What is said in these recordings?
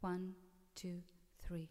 1, 2, 3.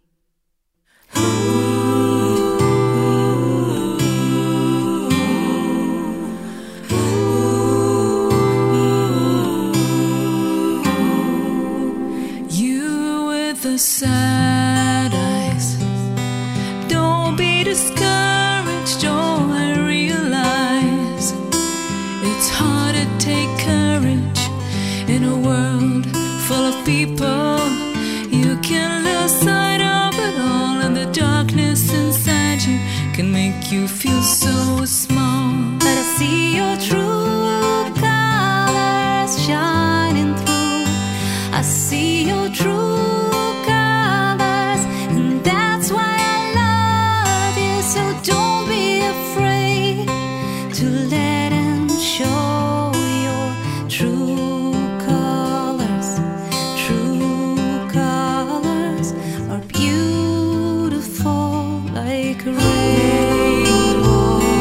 You with the sad eyes, don't be discouraged. Oh, I realize it's hard to take courage in a world full of people. You can lose sight of it all, and the darkness inside you can make you feel so small. But I see your true colors shining through. I see your true colors, and that's why I love you. So don't be afraid to let him show your true colors. True colors are beautiful like a rainbow.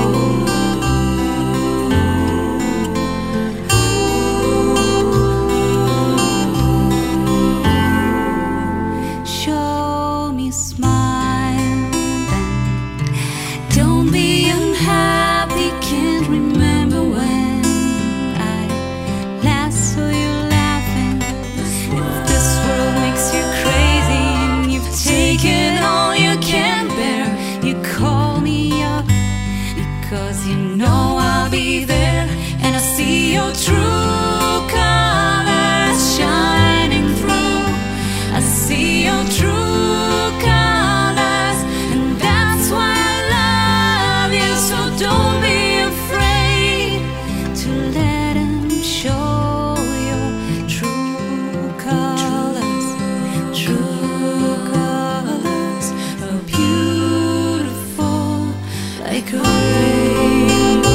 Show me smile then. Don't be unhappy, can't remember when I last saw you laughing. If this world makes you crazy and you've taken all you can bear, you call me up because you know I'll be there. And I see your true colors shining through. I see your true colors, and that's why I love you. So don't be afraid to let him show your true colors. True colors are beautiful like a rainbow.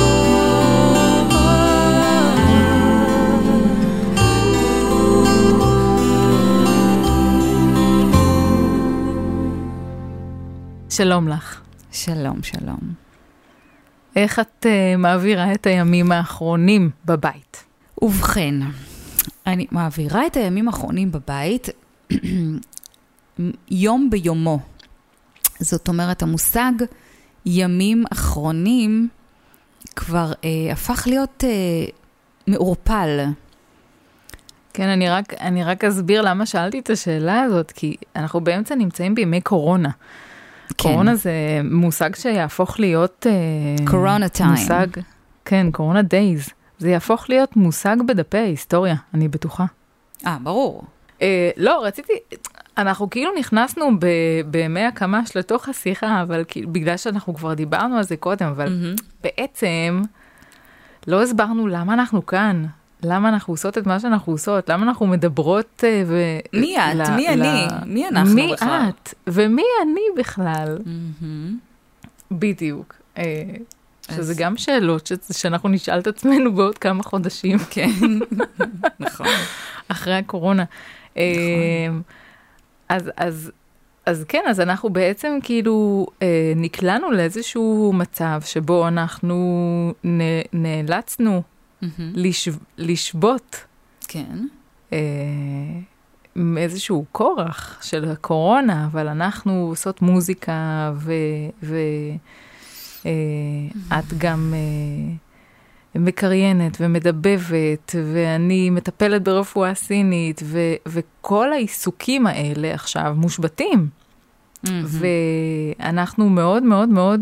שלום לך. שלום, שלום. איך את מעבירה את הימים האחרונים בבית? ובכן, אני מעבירה את הימים האחרונים בבית יום ביומו. זאת אומרת, המושג ימים אחרונים כבר הפך להיות מעורפל. כן, אני רק אסביר למה שאלתי את השאלה הזאת, כי אנחנו באמצע נמצאים בימי קורונה. כן. קורונה זה מושג שיהפוך להיות קורונה טיים. מושג, כן, קורונה דייז. זה יהפוך להיות מושג בדפי ההיסטוריה, אני בטוחה. ברור. לא, רציתי, אנחנו כאילו נכנסנו בימי הקמ"ש לתוך השיחה, אבל בגלל שאנחנו כבר דיברנו על זה קודם, אבל בעצם לא הסברנו למה אנחנו כאן, למה אנחנו עושות את מה שאנחנו עושות, למה אנחנו מדברות מי את? מי אני? מי אנחנו בכלל? מי את? ומי אני בכלל? בדיוק. שזה גם שאלות שאנחנו נשאל את עצמנו בעוד כמה חודשים. כן, נכון. אחרי הקורונה. אז כן, אז אנחנו בעצם כאילו נקלענו לאיזשהו מצב שבו אנחנו נאלצנו לשבות. כן. איזשהו כורח של הקורונה, אבל אנחנו עושות מוזיקה ואת גם מקריינת ומדבבת, ואני מטפלת ברפואה סינית, וכל העיסוקים האלה עכשיו מושבתים. ואנחנו מאוד מאוד מאוד,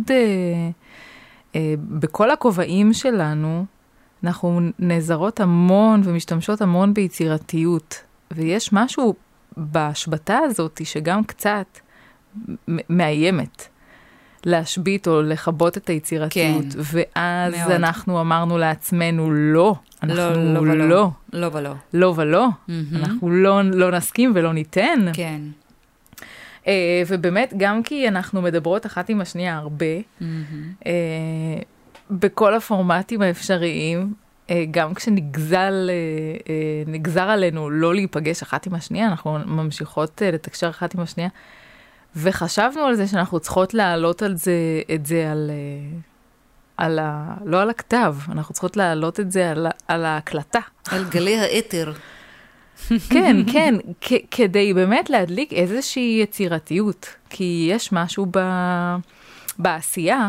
בכל הכובעים שלנו, אנחנו נעזרות המון ומשתמשות המון ביצירתיות. ויש משהו בהשבתה הזאת שגם קצת מאיימת. להשבית או לחבות את היצירתיות. כן, ואז מאוד. אנחנו אמרנו לעצמנו, לא, אנחנו לא. לא ולא. לא ולא. אנחנו לא נסכים ולא ניתן. כן. ובאמת, גם כי אנחנו מדברות אחת עם השנייה הרבה, בכל הפורמטים האפשריים, גם כשנגזר עלינו לא להיפגש אחת עם השנייה, אנחנו ממשיכות לתקשר אחת עם השנייה, וחשבנו על זה שאנחנו צריכות להעלות את זה לא על הכתב, אנחנו צריכות להעלות את זה על ההקלטה. על גלי האתר. כן, כן, כדי באמת להדליק איזושהי יצירתיות, כי יש משהו בעשייה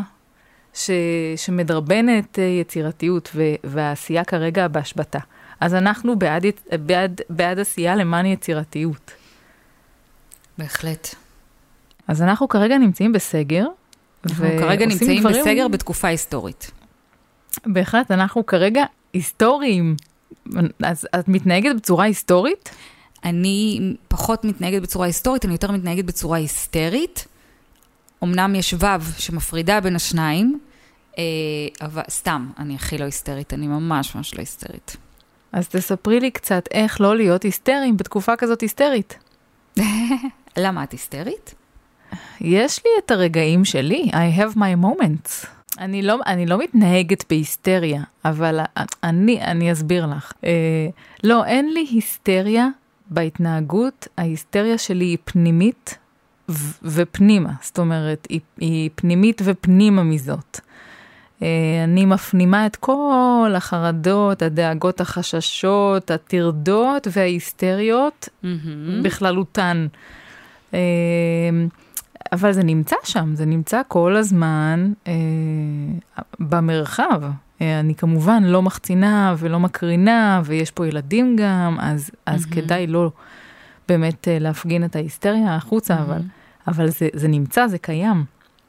שמדרבנת יצירתיות, והעשייה כרגע בהשבתה. אז אנחנו בעד עשייה למען יצירתיות. בהחלט. אז אנחנו כרגע נמצאים בסגר. אנחנו כרגע נמצאים בסגר בתקופה היסטורית. בהחלט, אנחנו כרגע היסטוריים. אז את מתנהגת בצורה היסטורית? אני פחות מתנהגת בצורה היסטורית, אני יותר מתנהגת בצורה היסטרית. אמנם יש וו שמפרידה בין השניים, אבל סתם, אני הכי לא היסטרית, אני ממש ממש לא היסטרית. אז תספרי לי קצת איך לא להיות היסטריים בתקופה כזאת היסטרית. למה את היסטרית? יש לי את הרגעים שלי, I have my moments. אני לא מתנהגת בהיסטריה, אבל אני אסביר לך. לא, אין לי היסטריה בהתנהגות, ההיסטריה שלי היא פנימית ופנימה, זאת אומרת, היא פנימית ופנימה מזאת. אני מפנימה את כל החרדות, הדאגות, החששות, הטרדות וההיסטריות בכללותן. אבל זה נמצא שם, זה נמצא כל הזמן במרחב. אני כמובן לא מחצינה ולא מקרינה, ויש פה ילדים גם, אז כדאי לא באמת להפגין את ההיסטריה החוצה, אבל זה נמצא, זה קיים.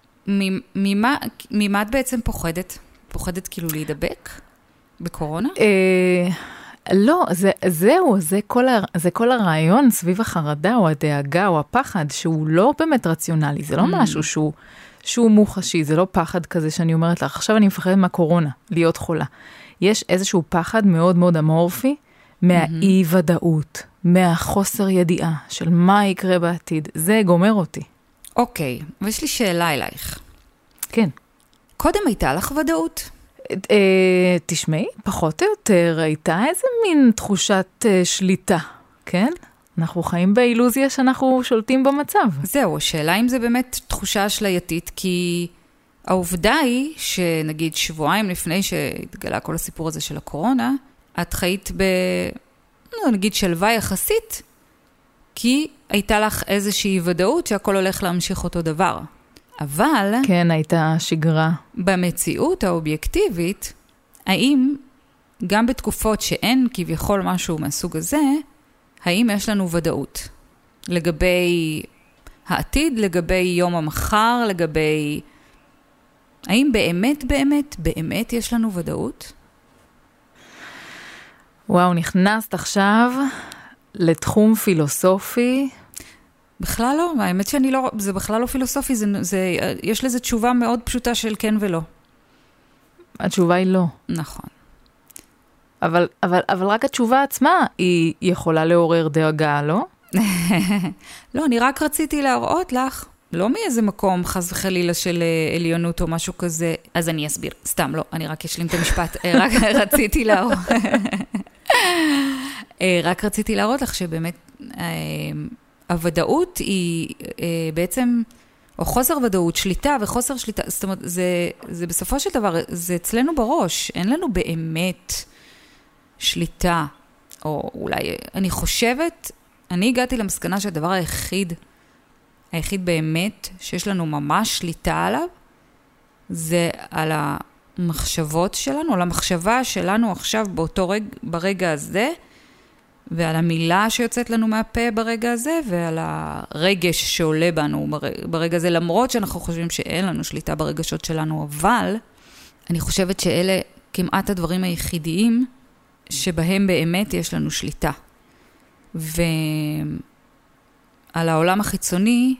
ממה את בעצם פוחדת? פוחדת כאילו להידבק בקורונה? לא, זה כל הרעיון סביב החרדה או הדאגה או הפחד, שהוא לא באמת רציונלי, זה לא משהו שהוא מוחשי, זה לא פחד כזה שאני אומרת לך, עכשיו אני מפחדת מהקורונה, להיות חולה. יש איזשהו פחד מאוד מאוד אמורפי, מהאי-ודאות, מהחוסר ידיעה של מה יקרה בעתיד, זה גומר אותי. אוקיי, ויש לי שאלה אלייך. כן. קודם הייתה לך ודאות? תשמעי, פחות או יותר הייתה איזה מין תחושת שליטה, כן? אנחנו חיים באילוזיה שאנחנו שולטים במצב. זהו, השאלה אם זה באמת תחושה אשלייתית, כי העובדה היא שנגיד שבועיים לפני שהתגלה כל הסיפור הזה של הקורונה, את חיית נגיד שלווה יחסית, כי הייתה לך איזושהי ודאות שהכל הולך להמשיך אותו דבר. אבל... כן, הייתה שגרה. במציאות האובייקטיבית, האם גם בתקופות שאין כביכול משהו מהסוג הזה, האם יש לנו ודאות? לגבי העתיד, לגבי יום המחר, לגבי... האם באמת יש לנו ודאות? וואו, נכנסת עכשיו לתחום פילוסופי. בכלל לא, האמת שאני לא, זה בכלל לא פילוסופי, יש לזה תשובה מאוד פשוטה של כן ולא. התשובה היא לא. נכון. אבל רק התשובה עצמה היא יכולה לעורר דאגה, לא? לא, אני רק רציתי להראות לך, לא מאיזה מקום חס וחלילה של עליונות או משהו כזה, אז אני אסביר, סתם לא, אני רק אשלים את המשפט, רק רציתי להראות. רק רציתי להראות לך שבאמת הוודאות היא בעצם, או חוסר ודאות, שליטה וחוסר שליטה, זאת אומרת, זה בסופו של דבר, זה אצלנו בראש, אין לנו באמת שליטה, או אולי, אני חושבת, אני הגעתי למסקנה שהדבר היחיד באמת שיש לנו ממש שליטה עליו, זה על המחשבות שלנו, על המחשבה שלנו עכשיו ברגע הזה, ועל המילה שיוצאת לנו מהפה ברגע הזה, ועל הרגש שעולה בנו ברגע הזה, למרות שאנחנו חושבים שאין לנו שליטה ברגשות שלנו, אבל אני חושבת שאלה כמעט הדברים היחידיים שבהם באמת יש לנו שליטה. ועל העולם החיצוני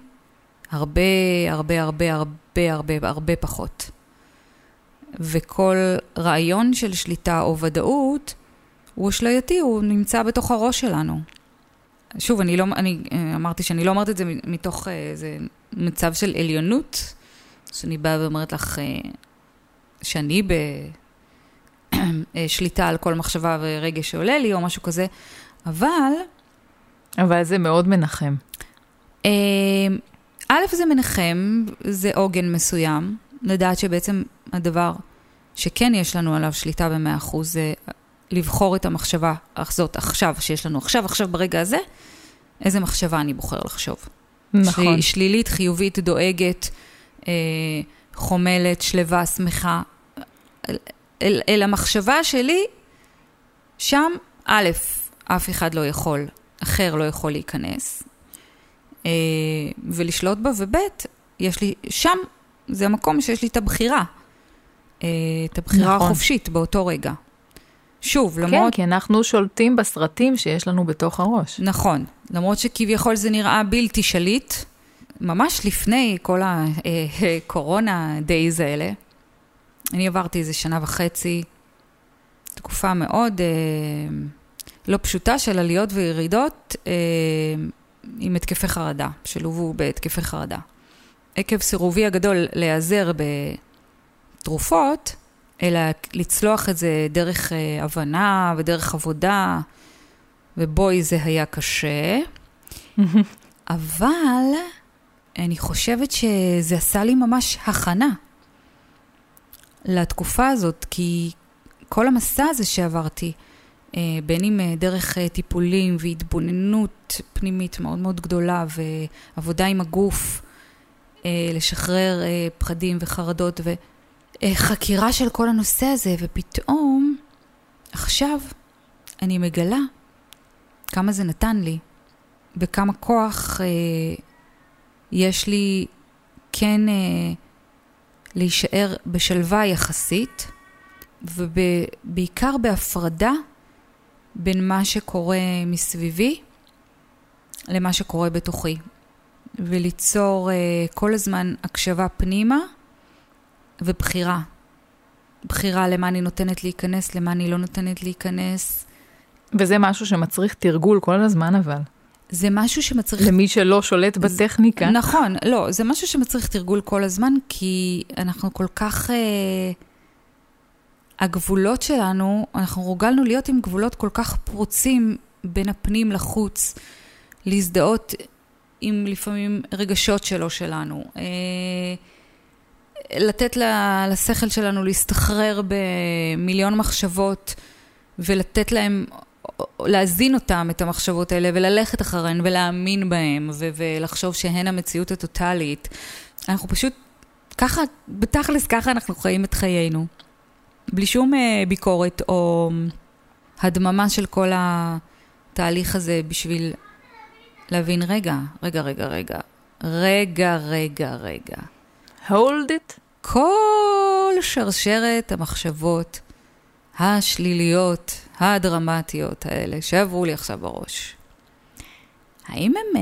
הרבה פחות. וכל רעיון של שליטה או ודאות הוא אשלייתי, הוא נמצא בתוך הראש שלנו. שוב, אני אמרתי שאני לא אומרת את זה מתוך איזה מצב של עליונות, שאני באה ואומרת לך שאני בשליטה על כל מחשבה ורגש שעולה לי או משהו כזה, אבל זה מאוד מנחם. א', זה מנחם, זה עוגן מסוים, לדעת שבעצם הדבר שכן יש לנו עליו שליטה ב100% זה לבחור את המחשבה הזאת עכשיו, שיש לנו עכשיו ברגע הזה, איזה מחשבה אני בוחר לחשוב. נכון. שלילית, חיובית, דואגת, חומלת, שלווה, שמחה. אל המחשבה שלי, שם, א', אף אחד לא יכול, אחר לא יכול להיכנס, ולשלוט בה, וב', יש לי, שם, זה המקום שיש לי את הבחירה. את הבחירה נכון. החופשית באותו רגע. שוב, כן, למרות... כי אנחנו שולטים בסרטים שיש לנו בתוך הראש. נכון, למרות שכביכול זה נראה בלתי שליט, ממש לפני כל הקורונה דייז האלה, אני עברתי איזה 1.5 שנה, תקופה מאוד לא פשוטה של עליות וירידות, עם התקפי חרדה, שלובו בהתקפי חרדה. עקב סירובי הגדול להיעזר בתרופות, אלא לצלוח את זה דרך הבנה ודרך עבודה, ובואי זה היה קשה. אבל אני חושבת שזה עשה לי ממש הכנה לתקופה הזאת, כי כל המסע הזה שעברתי, בין אם דרך טיפולים והתבוננות פנימית מאוד מאוד גדולה, ועבודה עם הגוף, לשחרר פחדים וחרדות, וחקירה של כל הנושא הזה, ופתאום, עכשיו, אני מגלה כמה זה נתן לי, וכמה כוח יש לי כן להישאר בשלווה יחסית, ובעיקר בהפרדה בין מה שקורה מסביבי למה שקורה בתוכי. וליצור כל הזמן הקשבה פנימה ובחירה. בחירה למה אני נותנת להיכנס, למה אני לא נותנת להיכנס. וזה משהו שמצריך תרגול כל הזמן אבל. זה משהו שמצריך... למי שלא שולט בטכניקה. נכון, לא, זה משהו שמצריך תרגול כל הזמן, כי אנחנו כל כך... הגבולות שלנו, אנחנו רוגלנו להיות עם גבולות כל כך פרוצים בין הפנים לחוץ, להזדהות עם לפעמים רגשות שלנו. לתת לשכל שלנו להסתחרר במיליון מחשבות, ולתת להם, להזין אותם את המחשבות האלה, וללכת אחריהן ולהאמין בהם, ולחשוב שהן המציאות הטוטלית. אנחנו פשוט, ככה, בתכלס ככה אנחנו חיים את חיינו. בלי שום ביקורת או הדממה של כל התהליך הזה בשביל להבין רגע. Hold it. כל שרשרת המחשבות השליליות, הדרמטיות האלה שעברו לי עכשיו בראש. האם הם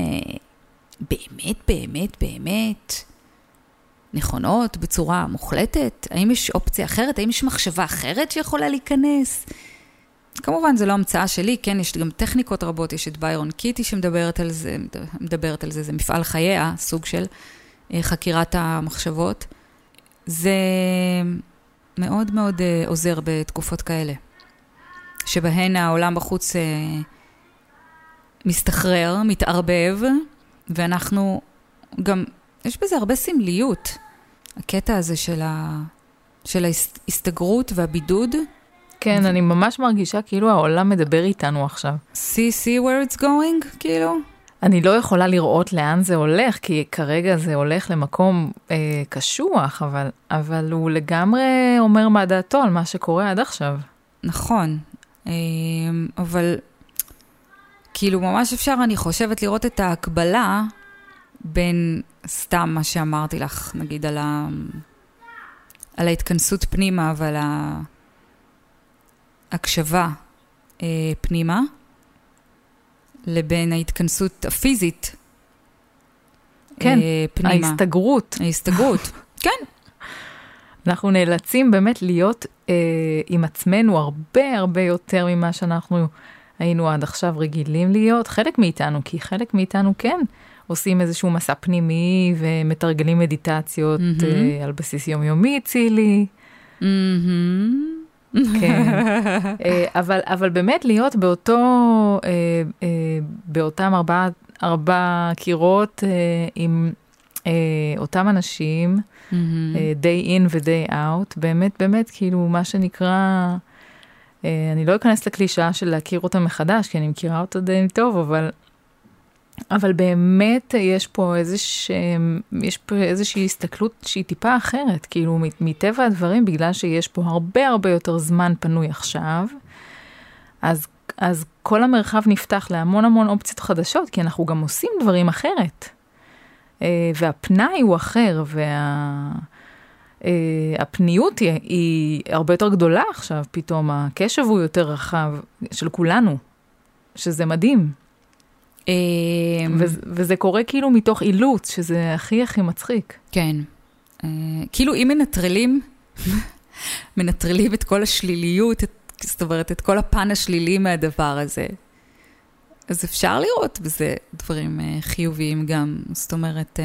באמת נכונות בצורה מוחלטת? האם יש אופציה אחרת? האם יש מחשבה אחרת שיכולה להיכנס? כמובן, זה לא המצאה שלי, כן, יש גם טכניקות רבות, יש את ביירון קיטי שמדברת על זה, זה מפעל חייה, סוג של חקירת המחשבות. זה מאוד מאוד עוזר בתקופות כאלה, שבהן העולם בחוץ מסתחרר, מתערבב, ואנחנו גם, יש בזה הרבה סמליות. הקטע הזה של ההסתגרות והבידוד. כן, אני ממש מרגישה כאילו העולם מדבר איתנו עכשיו. See where it's going, כאילו? אני לא יכולה לראות לאן זה הולך, כי כרגע זה הולך למקום קשוח, אבל הוא לגמרי אומר מה דעתו על מה שקורה עד עכשיו. נכון, אבל כאילו ממש אפשר, אני חושבת, לראות את ההקבלה בין סתם מה שאמרתי לך, נגיד על ההתכנסות פנימה ועל ההקשבה פנימה, לבין ההתכנסות הפיזית כן, פנימה. ההסתגרות, כן. אנחנו נאלצים באמת להיות עם עצמנו הרבה יותר ממה שאנחנו היינו עד עכשיו רגילים להיות. חלק מאיתנו, כי חלק מאיתנו כן עושים איזשהו מסע פנימי ומתרגלים מדיטציות על בסיס יומיומי צילי. כן. אבל באמת להיות באותם ארבע קירות עם אותם אנשים, day in ו-day out, באמת כאילו מה שנקרא אני לא אכנס לקלישאה של להכיר אותה מחדש, כי אני מכירה אותה די טוב, אבל באמת יש פה איזושהי הסתכלות שהיא טיפה אחרת, כאילו מטבע הדברים, בגלל שיש פה הרבה הרבה יותר זמן פנוי עכשיו, אז כל המרחב נפתח להמון המון אופציות חדשות, כי אנחנו גם עושים דברים אחרת. והפנאי הוא אחר, והפניות היא הרבה יותר גדולה עכשיו, פתאום הקשב הוא יותר רחב של כולנו, שזה מדהים. וזה קורה כאילו מתוך אילוץ, שזה הכי הכי מצחיק. כן. כאילו אם מנטרלים את כל השליליות, זאת אומרת, את כל הפן השלילי מהדבר הזה, אז אפשר לראות בזה דברים חיוביים גם. זאת אומרת,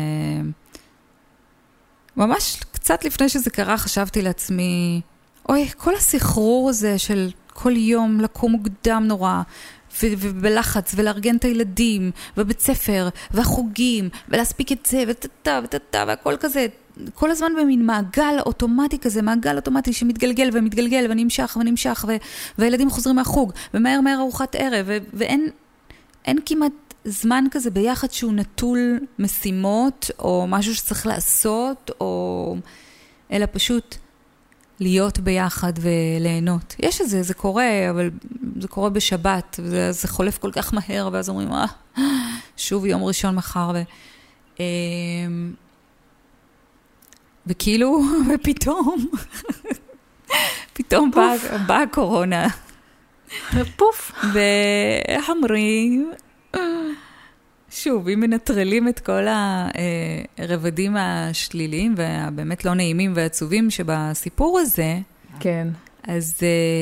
ממש קצת לפני שזה קרה, חשבתי לעצמי, אוי, כל הסחרור הזה של כל יום לקום מוקדם נורא, ובלחץ, ולארגן את הילדים, ובית ספר, והחוגים, ולהספיק את זה, ותתה, והכל כזה, כל הזמן במין מעגל אוטומטי כזה, מעגל אוטומטי שמתגלגל ומתגלגל, ונמשך, והילדים חוזרים מהחוג, ומהר ארוחת ערב, ואין כמעט זמן כזה ביחד שהוא נטול משימות, או משהו שצריך לעשות, אלא פשוט להיות ביחד וליהנות. יש את זה, זה קורה, אבל זה קורה בשבת, וזה חולף כל כך מהר, ואז אומרים, שוב יום ראשון מחר, וכאילו, פתאום באה הקורונה. פוף. ואיך אומרים, שוב, אם מנטרלים את כל הרבדים השליליים והבאמת לא נעימים ועצובים שבסיפור הזה, כן. אז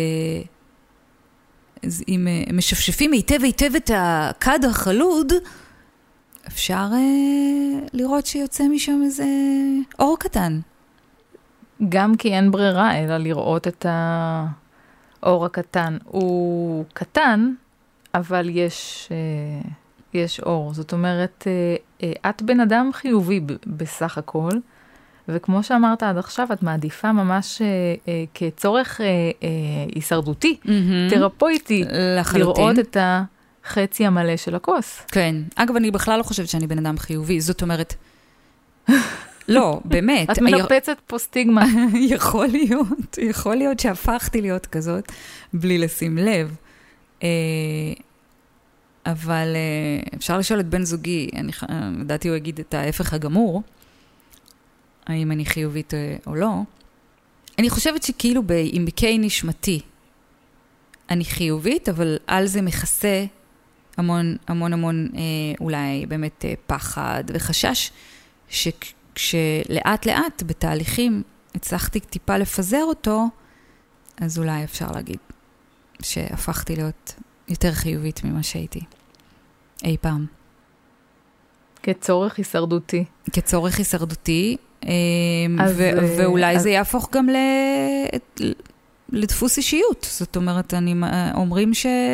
אם משפשפים היטב את הכד החלוד, אפשר לראות שיוצא משם איזה אור קטן. גם כי אין ברירה, אלא לראות את האור הקטן. הוא קטן, אבל יש אור. זאת אומרת, את בן אדם חיובי בסך הכל, וכמו שאמרת עד עכשיו, את מעדיפה ממש כצורך הישרדותי, תרפויטי, לראות את החצי המלא של הכוס. כן. אגב, אני בכלל לא חושבת שאני בן אדם חיובי. זאת אומרת, לא, באמת. את מנפצת פה סטיגמה. יכול להיות שהפכתי להיות כזאת, בלי לשים לב. אבל אפשר לשאול את בן זוגי, לדעתי הוא יגיד את ההפך הגמור, האם אני חיובית או לא. אני חושבת שכאילו בעמקי נשמתי, אני חיובית, אבל על זה מכסה המון אולי באמת פחד וחשש, שכשלאט לאט בתהליכים הצלחתי טיפה לפזר אותו, אז אולי אפשר להגיד שהפכתי להיות יותר חיובית ממה שהייתי אי פעם. כצורך הישרדותי. כצורך הישרדותי, ואולי זה יהפוך גם לדפוס אישיות. זאת אומרת, אומרים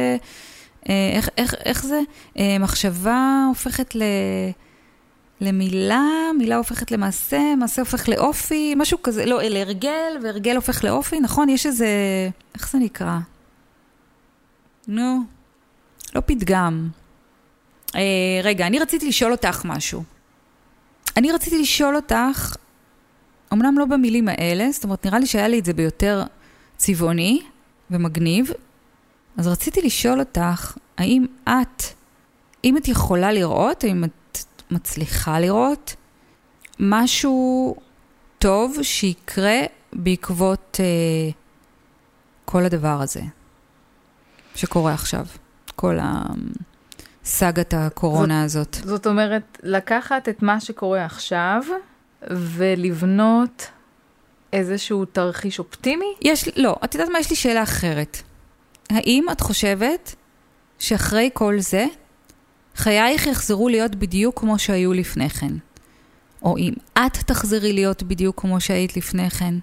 איך זה? מחשבה הופכת למילה, מילה הופכת למעשה, מעשה הופך לאופי, משהו כזה, לא, להרגל, והרגל הופך לאופי, נכון? יש איזה, איך זה נקרא? נו, לא פתגם. רגע, אני רציתי לשאול אותך משהו. אני רציתי לשאול אותך, אמנם לא במילים האלה, זאת אומרת, נראה לי שהיה לי את זה ביותר צבעוני ומגניב, אז רציתי לשאול אותך, האם אם את יכולה לראות, האם את מצליחה לראות, משהו טוב שיקרה בעקבות כל הדבר הזה שקורה עכשיו, כל סגת הקורונה הזאת. זאת אומרת, לקחת את מה שקורה עכשיו ולבנות איזשהו תרחיש אופטימי? לא, את יודעת מה? יש לי שאלה אחרת. האם את חושבת שאחרי כל זה, חייך יחזרו להיות בדיוק כמו שהיו לפני כן? או אם את תחזרי להיות בדיוק כמו שהיית לפני כן?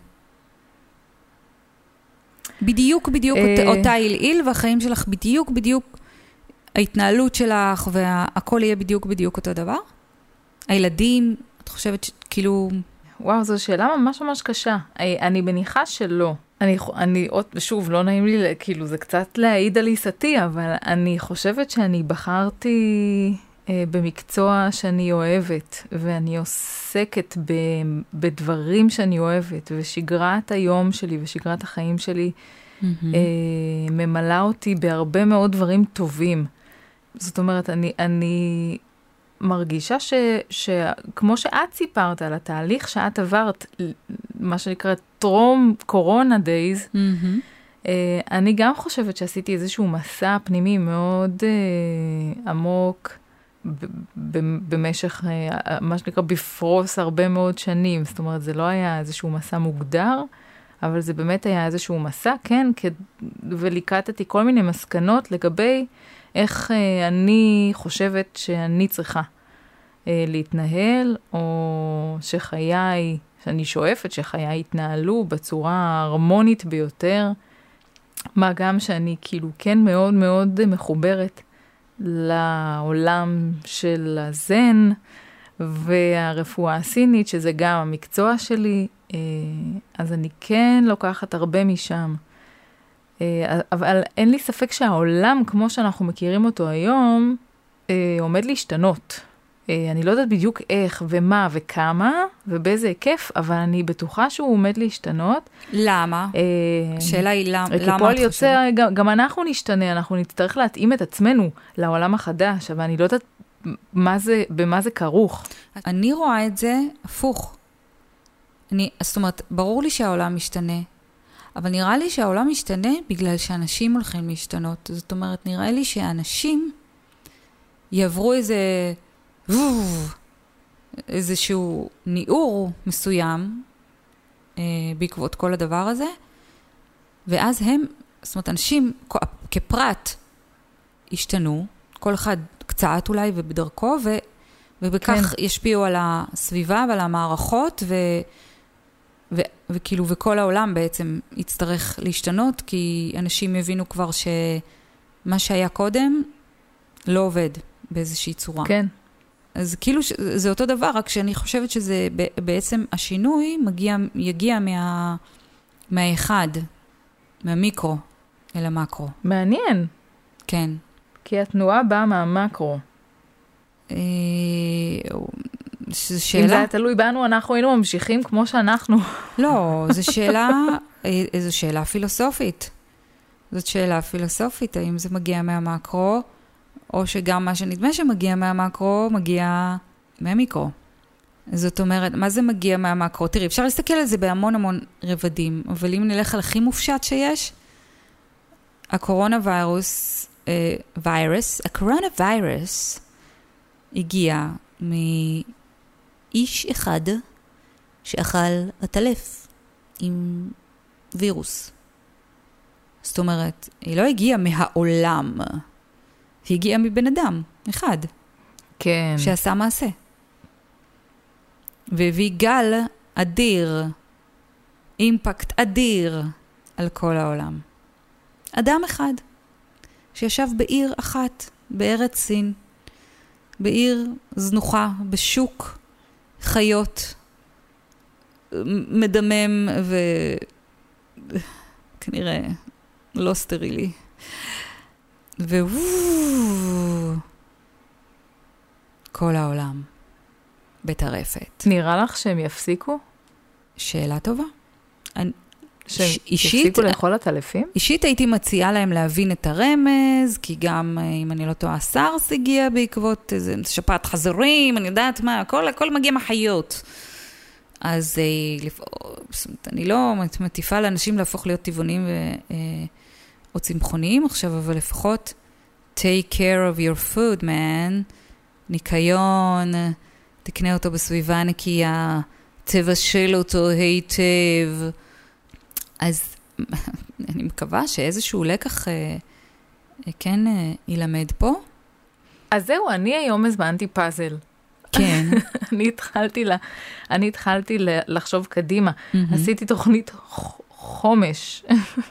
בדיוק אותה עיל, והחיים שלך בדיוק ההתנהלות שלך, והכל יהיה בדיוק אותו דבר? הילדים, את חושבת כאילו... וואו, זו שאלה ממש קשה. אני מניחה שלא. אני שוב, לא נעים לי, כאילו זה קצת להעיד על עיסתי, אבל אני חושבת שאני בחרתי במקצוע שאני אוהבת, ואני עוסקת בדברים שאני אוהבת, ושגרת היום שלי ושגרת החיים שלי ממלאה אותי בהרבה מאוד דברים טובים. זאת אומרת, אני מרגישה שכמו שאת סיפרת על התהליך שאת עברת, מה שנקרא טרום קורונה דייז, אני גם חושבת שעשיתי איזשהו מסע פנימי מאוד עמוק במשך, מה שנקרא, בפרוס הרבה מאוד שנים. זאת אומרת, זה לא היה איזשהו מסע מוגדר, אבל זה באמת היה איזשהו מסע, כן, וליקטתי כל מיני מסקנות לגבי איך אני חושבת שאני צריכה להתנהל, או שחיי, שאני שואפת שחיי יתנהלו בצורה ההרמונית ביותר, מה גם שאני כאילו כן מאוד מאוד מחוברת לעולם של הזן והרפואה הסינית, שזה גם המקצוע שלי, אז אני כן לוקחת הרבה משם. אבל אין לי ספק שהעולם, כמו שאנחנו מכירים אותו היום, עומד להשתנות. אני לא יודעת בדיוק איך ומה וכמה ובאיזה היקף, אבל אני בטוחה שהוא עומד להשתנות. למה? השאלה היא למה את כפועל יוצא, גם אנחנו נשתנה, אנחנו נצטרך להתאים את עצמנו לעולם החדש, אבל אני לא יודעת במה זה כרוך. אני רואה את זה הפוך. זאת אומרת, ברור לי שהעולם משתנה, אבל נראה לי שהעולם משתנה בגלל שאנשים הולכים להשתנות. זאת אומרת, נראה לי שאנשים יעברו איזשהו ניעור מסוים בעקבות כל הדבר הזה, ואז זאת אומרת, אנשים כפרט השתנו, כל אחד קצת אולי ובדרכו, ובכך ישפיעו על הסביבה ועל המערכות, וכאילו, וכל העולם בעצם יצטרך להשתנות, כי אנשים הבינו כבר שמה שהיה קודם לא עובד באיזושהי צורה. כן. אז כאילו זה אותו דבר, רק שאני חושבת שזה בעצם השינוי יגיע מהאחד, מהמיקרו אל המקרו. מעניין. כן. כי התנועה באה מהמקרו. זו שאלה... אם זה היה תלוי בנו, אנחנו היינו ממשיכים כמו שאנחנו. לא, זו שאלה פילוסופית. זאת שאלה פילוסופית, האם זה מגיע מהמקרו, או שגם מה שנדמה שמגיע מהמקרו, מגיע מהמיקרו. זאת אומרת, מה זה מגיע מהמקרו? תראי, אפשר להסתכל על זה בהמון המון רבדים, אבל אם נלך על הכי מופשט שיש, הקורונה וירוס הגיע מאיש אחד שאכל עטלף עם וירוס. זאת אומרת, היא לא הגיעה מהעולם, היא הגיעה מבן אדם, אחד. כן. שעשה מעשה. והביא גל אדיר, אימפקט אדיר על כל העולם. אדם אחד שישב בעיר אחת, בארץ סין, בעיר זנוחה, בשוק חיות, מדמם וכנראה לא סטרילי. כל העולם בטרפת. נראה לך שהם יפסיקו? שאלה טובה. יפסיקו לאכול עטלפים? אישית הייתי מציעה להם להבין את הרמז, כי גם, אם אני לא טועה, סארס הגיע בעקבות איזה שפעת חזירים, אני יודעת מה, הכל מגיע מהחיות. אז אני לא מטיפה לאנשים להפוך להיות טבעונים או צמחוניים עכשיו, אבל לפחות take care of your food, man. ניקיון, תקנה אותו בסביבה נקייה, תבשל אותו היטב. אז אני מקווה שאיזשהו לקח כן ילמד פה. אז זהו, אני היום הזמנתי פאזל. כן. אני התחלתי לחשוב קדימה. עשיתי תוכנית חומש.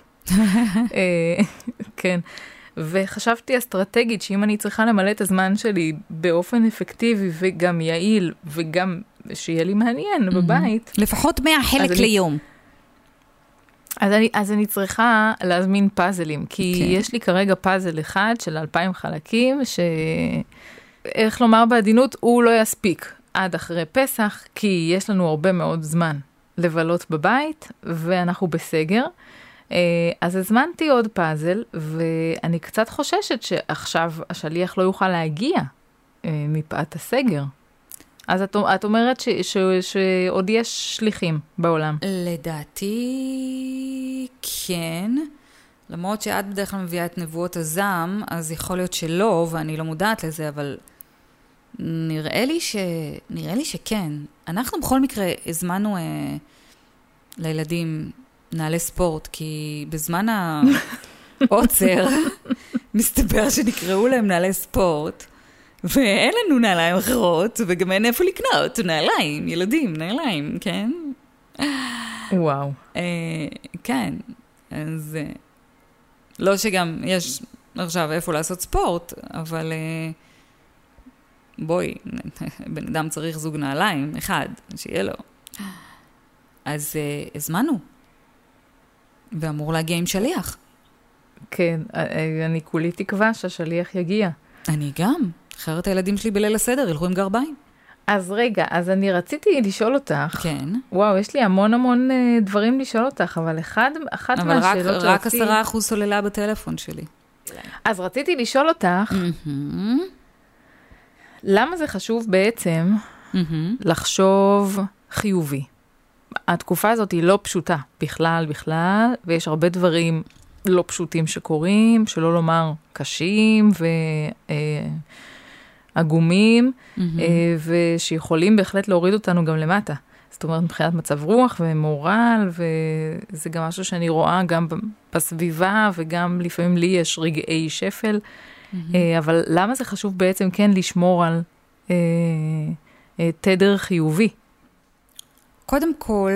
כן. וחשבתי אסטרטגית שאם אני צריכה למלא את הזמן שלי באופן אפקטיבי וגם יעיל, וגם שיהיה לי מעניין בבית. לפחות 100 חלק ליום. אז אני צריכה להזמין פאזלים, כי יש לי כרגע פאזל אחד של 2,000 חלקים, איך לומר בעדינות, הוא לא יספיק עד אחרי פסח, כי יש לנו הרבה מאוד זמן לבלות בבית, ואנחנו בסגר. אז הזמנתי עוד פאזל, ואני קצת חוששת שעכשיו השליח לא יוכל להגיע מפאת הסגר. אז את אומרת שעוד יש שליחים בעולם. לדעתי כן, למרות שאת בדרך כלל מביאה את נבואות הזעם, אז יכול להיות שלא, ואני לא מודעת לזה, אבל נראה לי שכן. אנחנו בכל מקרה הזמנו לילדים נעלי ספורט, כי בזמן העוצר מסתבר שנקראו להם נעלי ספורט, ואין לנו נעליים אחרות, וגם אין איפה לקנות נעליים, ילדים, נעליים, כן? וואו. כן, אז לא שגם יש עכשיו איפה לעשות ספורט, אבל בואי, בן אדם צריך זוג נעליים, אחד, שיהיה לו. אז הזמנו, ואמור להגיע עם שליח. כן, אני כולי תקווה שהשליח יגיע. אני גם. אחרת הילדים שלי בליל הסדר ילכו עם גרביים. אז רגע, אז אני רציתי לשאול אותך. כן. וואו, יש לי המון דברים לשאול אותך, אבל אחת מהשאלות אבל רק 10% סוללה בטלפון שלי. אז רציתי לשאול אותך, למה זה חשוב בעצם לחשוב חיובי? התקופה הזאת היא לא פשוטה, בכלל, ויש הרבה דברים לא פשוטים שקורים, שלא לומר קשים ועגומים, ושיכולים בהחלט להוריד אותנו גם למטה. זאת אומרת, מבחינת מצב רוח ומורל, וזה גם משהו שאני רואה גם בסביבה, וגם לפעמים לי יש רגעי שפל, אבל למה זה חשוב בעצם כן לשמור על תדר חיובי? קודם כל,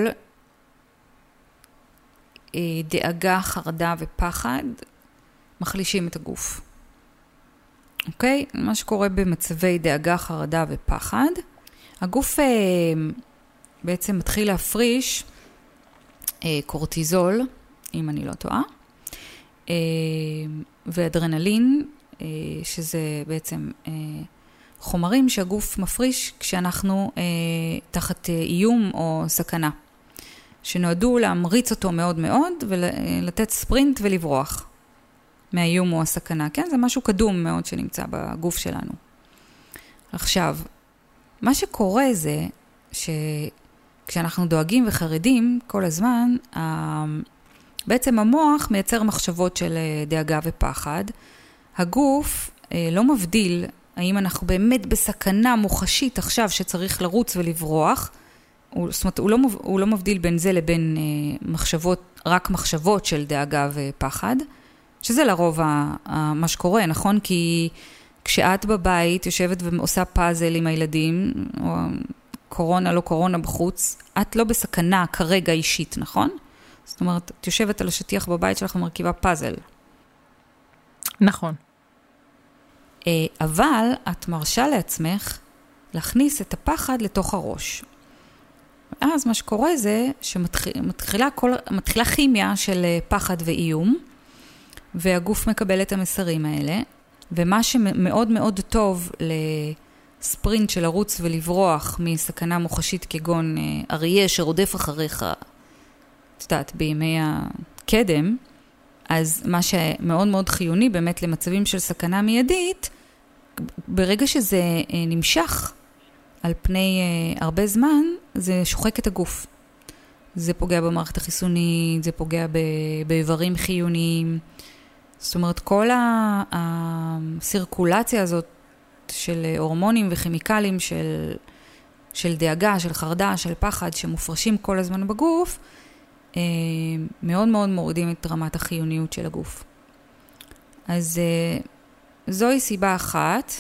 דאגה, חרדה ופחד מחלישים את הגוף. אוקיי? מה שקורה במצבי דאגה, חרדה ופחד, הגוף בעצם מתחיל להפריש קורטיזול, אם אני לא טועה, ואדרנלין, שזה בעצם חומרים שהגוף מפריש כשאנחנו תחת איום או סכנה, שנועדו להמריץ אותו מאוד מאוד ולתת ספרינט ולברוח מהאיום או הסכנה. כן, זה משהו קדום מאוד שנמצא בגוף שלנו. עכשיו, מה שקורה זה שכשאנחנו דואגים וחרדים כל הזמן, בעצם המוח מייצר מחשבות של דאגה ופחד. הגוף לא מבדיל האם אנחנו באמת בסכנה מוחשית עכשיו שצריך לרוץ ולברוח. זאת אומרת, הוא לא מבדיל בין זה לבין רק מחשבות של דאגה ופחד, שזה לרוב מה שקורה, נכון? כי כשאת בבית יושבת ועושה פאזל עם הילדים, או קורונה, לא קורונה בחוץ, את לא בסכנה כרגע אישית, נכון? זאת אומרת, את יושבת על השטיח בבית שלך ומרכיבה פאזל. נכון. אבל את מרשה לעצמך להכניס את הפחד לתוך הראש. אז מה שקורה זה שמתחילה כימיה של פחד ואיום, והגוף מקבל את המסרים האלה, ומה שמאוד מאוד טוב לספרינט של לרוץ ולברוח מסכנה מוחשית כגון אריה שרודף אחריך, את יודעת, בימי הקדם, אז מה שמאוד מאוד חיוני באמת למצבים של סכנה מיידית, ברגע שזה נמשך על פני הרבה זמן, זה שוחק את הגוף. זה פוגע במערכת החיסונית, זה פוגע באיברים חיוניים. זאת אומרת, כל הסירקולציה הזאת של הורמונים וכימיקלים של דאגה, של חרדה, של פחד, שמופרשים כל הזמן בגוף, מאוד מאוד מורידים את רמת החיוניות של הגוף. אז זוהי סיבה אחת.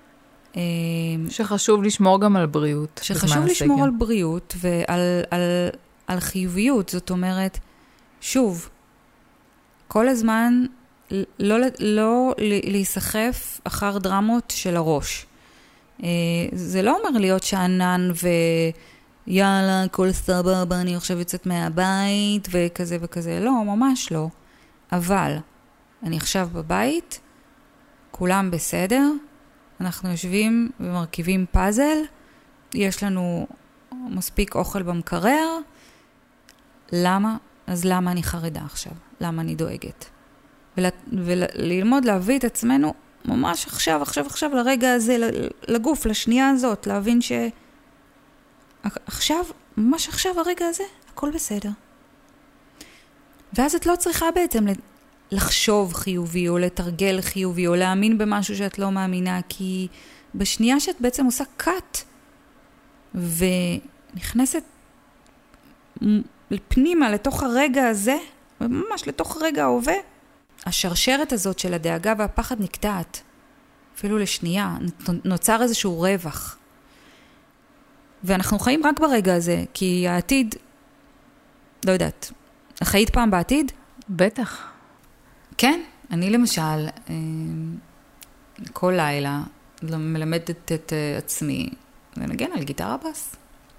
שחשוב לשמור גם על בריאות. שחשוב לשמור על בריאות ועל חיוביות. זאת אומרת, שוב, כל הזמן לא להיסחף אחר דרמות של הראש. זה לא אומר להיות שענן יאללה, הכל סבבה, אני עכשיו יוצאת מהבית, וכזה וכזה. לא, ממש לא. אבל אני עכשיו בבית, כולם בסדר, אנחנו יושבים ומרכיבים פאזל, יש לנו מספיק אוכל במקרר, למה? אז למה אני חרדה עכשיו? למה אני דואגת? וללמוד להביא את עצמנו ממש עכשיו, לרגע הזה, לגוף, לשנייה הזאת, להבין עכשיו, ממש עכשיו, הרגע הזה, הכל בסדר. ואז את לא צריכה בעצם לחשוב חיובי, או לתרגל חיובי, או להאמין במשהו שאת לא מאמינה, כי בשנייה שאת בעצם עושה קאט, ונכנסת פנימה לתוך הרגע הזה, וממש לתוך רגע ההווה, השרשרת הזאת של הדאגה והפחד נקטעת. אפילו לשנייה, נוצר איזשהו רווח. ואנחנו חיים רק ברגע הזה, כי העתיד, לא יודעת, חיית פעם בעתיד? בטח. כן, אני למשל, כל לילה מלמדת את עצמי לנגן על גיטרה בס.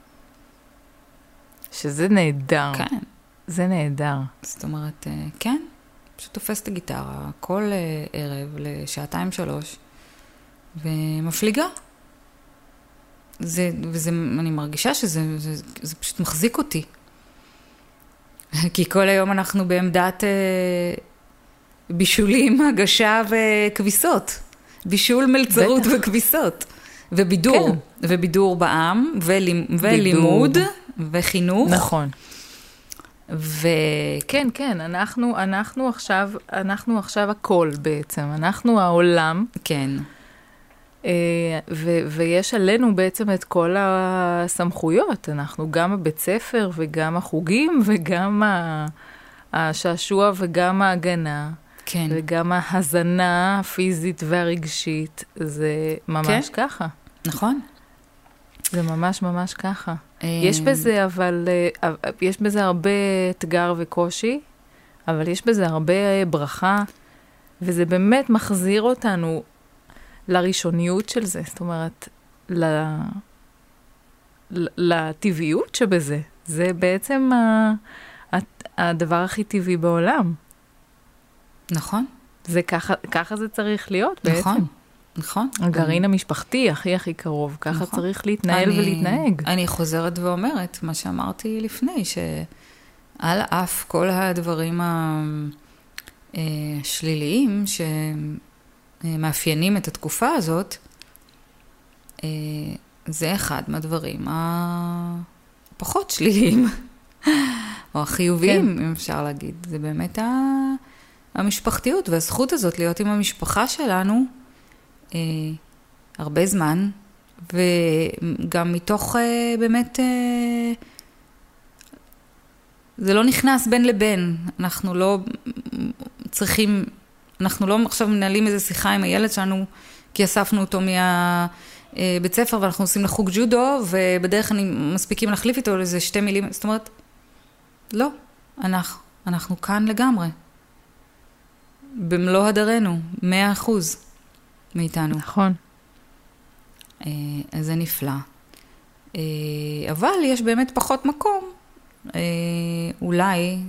שזה נהדר. כן. זה נהדר. זאת אומרת, כן, פשוט תופס את הגיטרה כל ערב לשעתיים 3, ומפליגה. אני מרגישה זה פשוט מחזיק אותי. כי כל היום אנחנו בעמדת בישולים, הגשה וכביסות. בישול, מלצרות וכביסות. ובידור. כן. ובידור בעם, ולימוד, וחינוך. נכון. וכן, כן, אנחנו עכשיו הכל בעצם. אנחנו העולם. כן. ויש עלינו בעצם את כל הסמכויות. אנחנו גם הבית ספר וגם החוגים וגם השעשוע וגם ההגנה. כן. וגם ההזנה הפיזית והרגשית. זה ממש כן. ככה. נכון. זה ממש ממש ככה. יש בזה יש בזה הרבה אתגר וקושי, אבל יש בזה הרבה ברכה, וזה באמת מחזיר אותנו לראשוניות של זה, זאת אומרת, לטבעיות שבזה. זה בעצם הדבר הכי טבעי בעולם. נכון. זה ככה זה צריך להיות בעצם. נכון. נכון. הגרעין המשפחתי הכי קרוב, ככה נכון. צריך להתנהל ולהתנהג. אני חוזרת ואומרת, מה שאמרתי לפני, שעל אף כל הדברים השליליים שמאפיינים את התקופה הזאת, זה אחד מהדברים הפחות שליליים, או החיוביים, אם אפשר להגיד. זה באמת המשפחתיות והזכות הזאת להיות עם המשפחה שלנו, הרבה זמן, וגם מתוך באמת, זה לא נכנס בין לבין, אנחנו לא צריכים, אנחנו לא עכשיו מנהלים איזו שיחה עם הילד שלנו, כי אספנו אותו מהבית ספר, ואנחנו עושים לחוג ג'ודו, ובדרך אני מספיקים להחליף איתו איזה 2 מילים, זאת אומרת, לא, אנחנו כאן לגמרי, במלוא הדרנו, 100%. מאיתנו. נכון. אז זה נפלא. אבל יש באמת פחות מקום. אולי,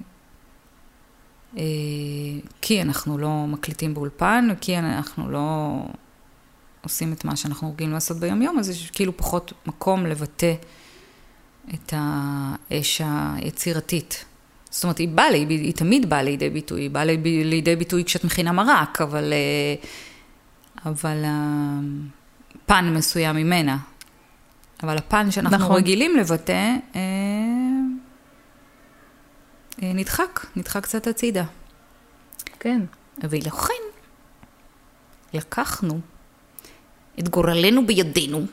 כי אנחנו לא מקליטים באולפן, כי אנחנו לא עושים את מה שאנחנו רגילים לעשות ביום יום, אז יש כאילו פחות מקום לבטא את האש היצירתית. זאת אומרת, היא תמיד באה לידי ביטוי. היא באה לידי ביטוי כשאת מכינה מרק, אבל פן מסוים ממנה. אבל הפן שאנחנו נכון. רגילים לבטא, נדחק קצת הצידה. כן. ולכן, לקחנו את גורלנו בידינו,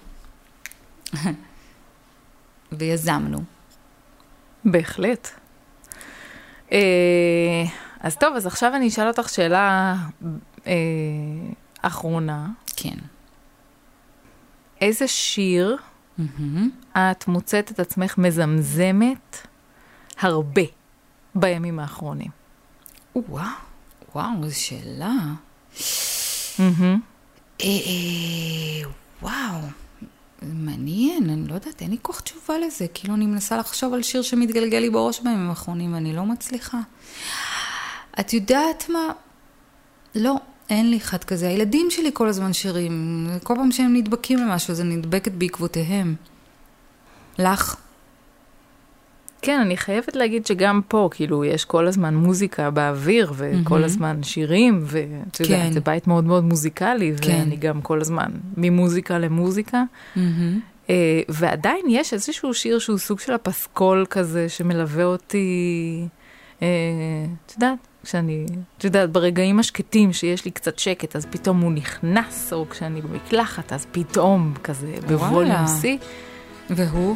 ויזמנו. בהחלט. אז טוב, אז עכשיו אני אשאל אותך שאלה אחרונה. כן. איזה שיר את מוצאת את עצמך מזמזמת הרבה בימים האחרונים? וואו, זו שאלה. וואו. מעניין, אני לא יודעת, אין לי כוח תשובה לזה. כאילו אני מנסה לחשוב על שיר שמתגלגל לי בראש בימים האחרונים, ואני לא מצליחה. את יודעת מה? לא, אין לי אחד כזה. הילדים שלי כל הזמן שירים. כל פעם שהם נדבקים למשהו, זה נדבקת בעקבותיהם. לך? כן, אני חייבת להגיד שגם פה, כאילו, יש כל הזמן מוזיקה באוויר, וכל הזמן שירים, ואת יודעת, זה בית מאוד מאוד מוזיקלי, ואני גם כל הזמן ממוזיקה למוזיקה. ועדיין יש איזשהו שיר שהוא סוג של הפסקול כזה, שמלווה אותי, את יודעת, את יודעת, ברגעים השקטים שיש לי קצת שקט, אז פתאום הוא נכנס, או כשאני במקלחת, אז פתאום כזה, בווליום C. והוא?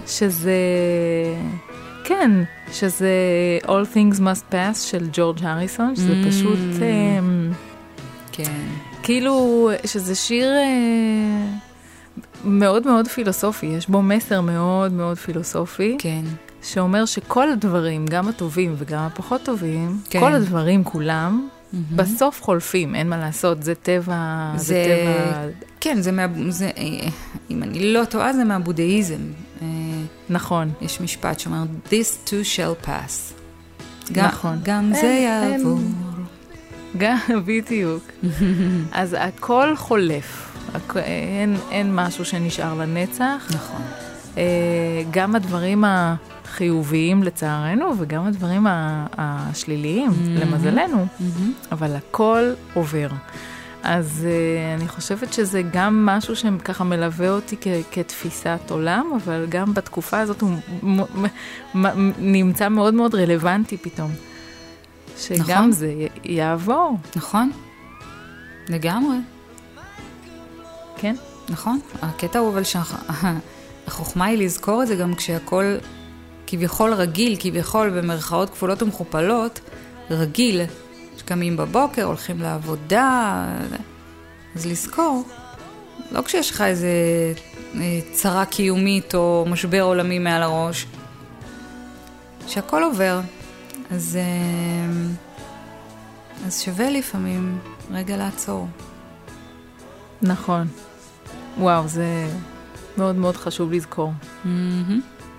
כן, שזה All Things Must Pass של ג'ורג' הריסון, שזה פשוט, כן. כאילו, שזה שיר מאוד מאוד פילוסופי, יש בו מסר מאוד מאוד פילוסופי, כן. שאומר שכל הדברים, גם הטובים וגם הפחות טובים, כן. כל הדברים כולם, בסוף חולפים, אין מה לעשות, זה טבע, זה טבע. כן, זה, אם אני לא טועה, זה מהבודהיזם. נכון. יש משפט שאומר, this too shall pass. נכון. גם זה יעבור. גם, בדיוק. אז הכל חולף. אין משהו שנשאר לנצח. נכון. גם הדברים החיוביים לצערנו, וגם הדברים השליליים, למזלנו. אבל הכל עובר. אז אני חושבת שזה גם משהו שככה מלווה אותי כתפיסת עולם, אבל גם בתקופה הזאת הוא נמצא מאוד מאוד רלוונטי פתאום. שגם נכון. זה יעבור. נכון. לגמרי. כן. נכון. הקטע הוא אבל שהחוכמה היא לזכור את זה גם כשהכל כביכול רגיל, כביכול במרכאות כפולות ומכופלות, רגיל. שקמים בבוקר, הולכים לעבודה, אז לזכור, לא כשיש לך איזה צרה קיומית או משבר עולמי מעל הראש, שהכל עובר, אז שווה לפעמים רגע לעצור. נכון. וואו, זה מאוד מאוד חשוב לזכור.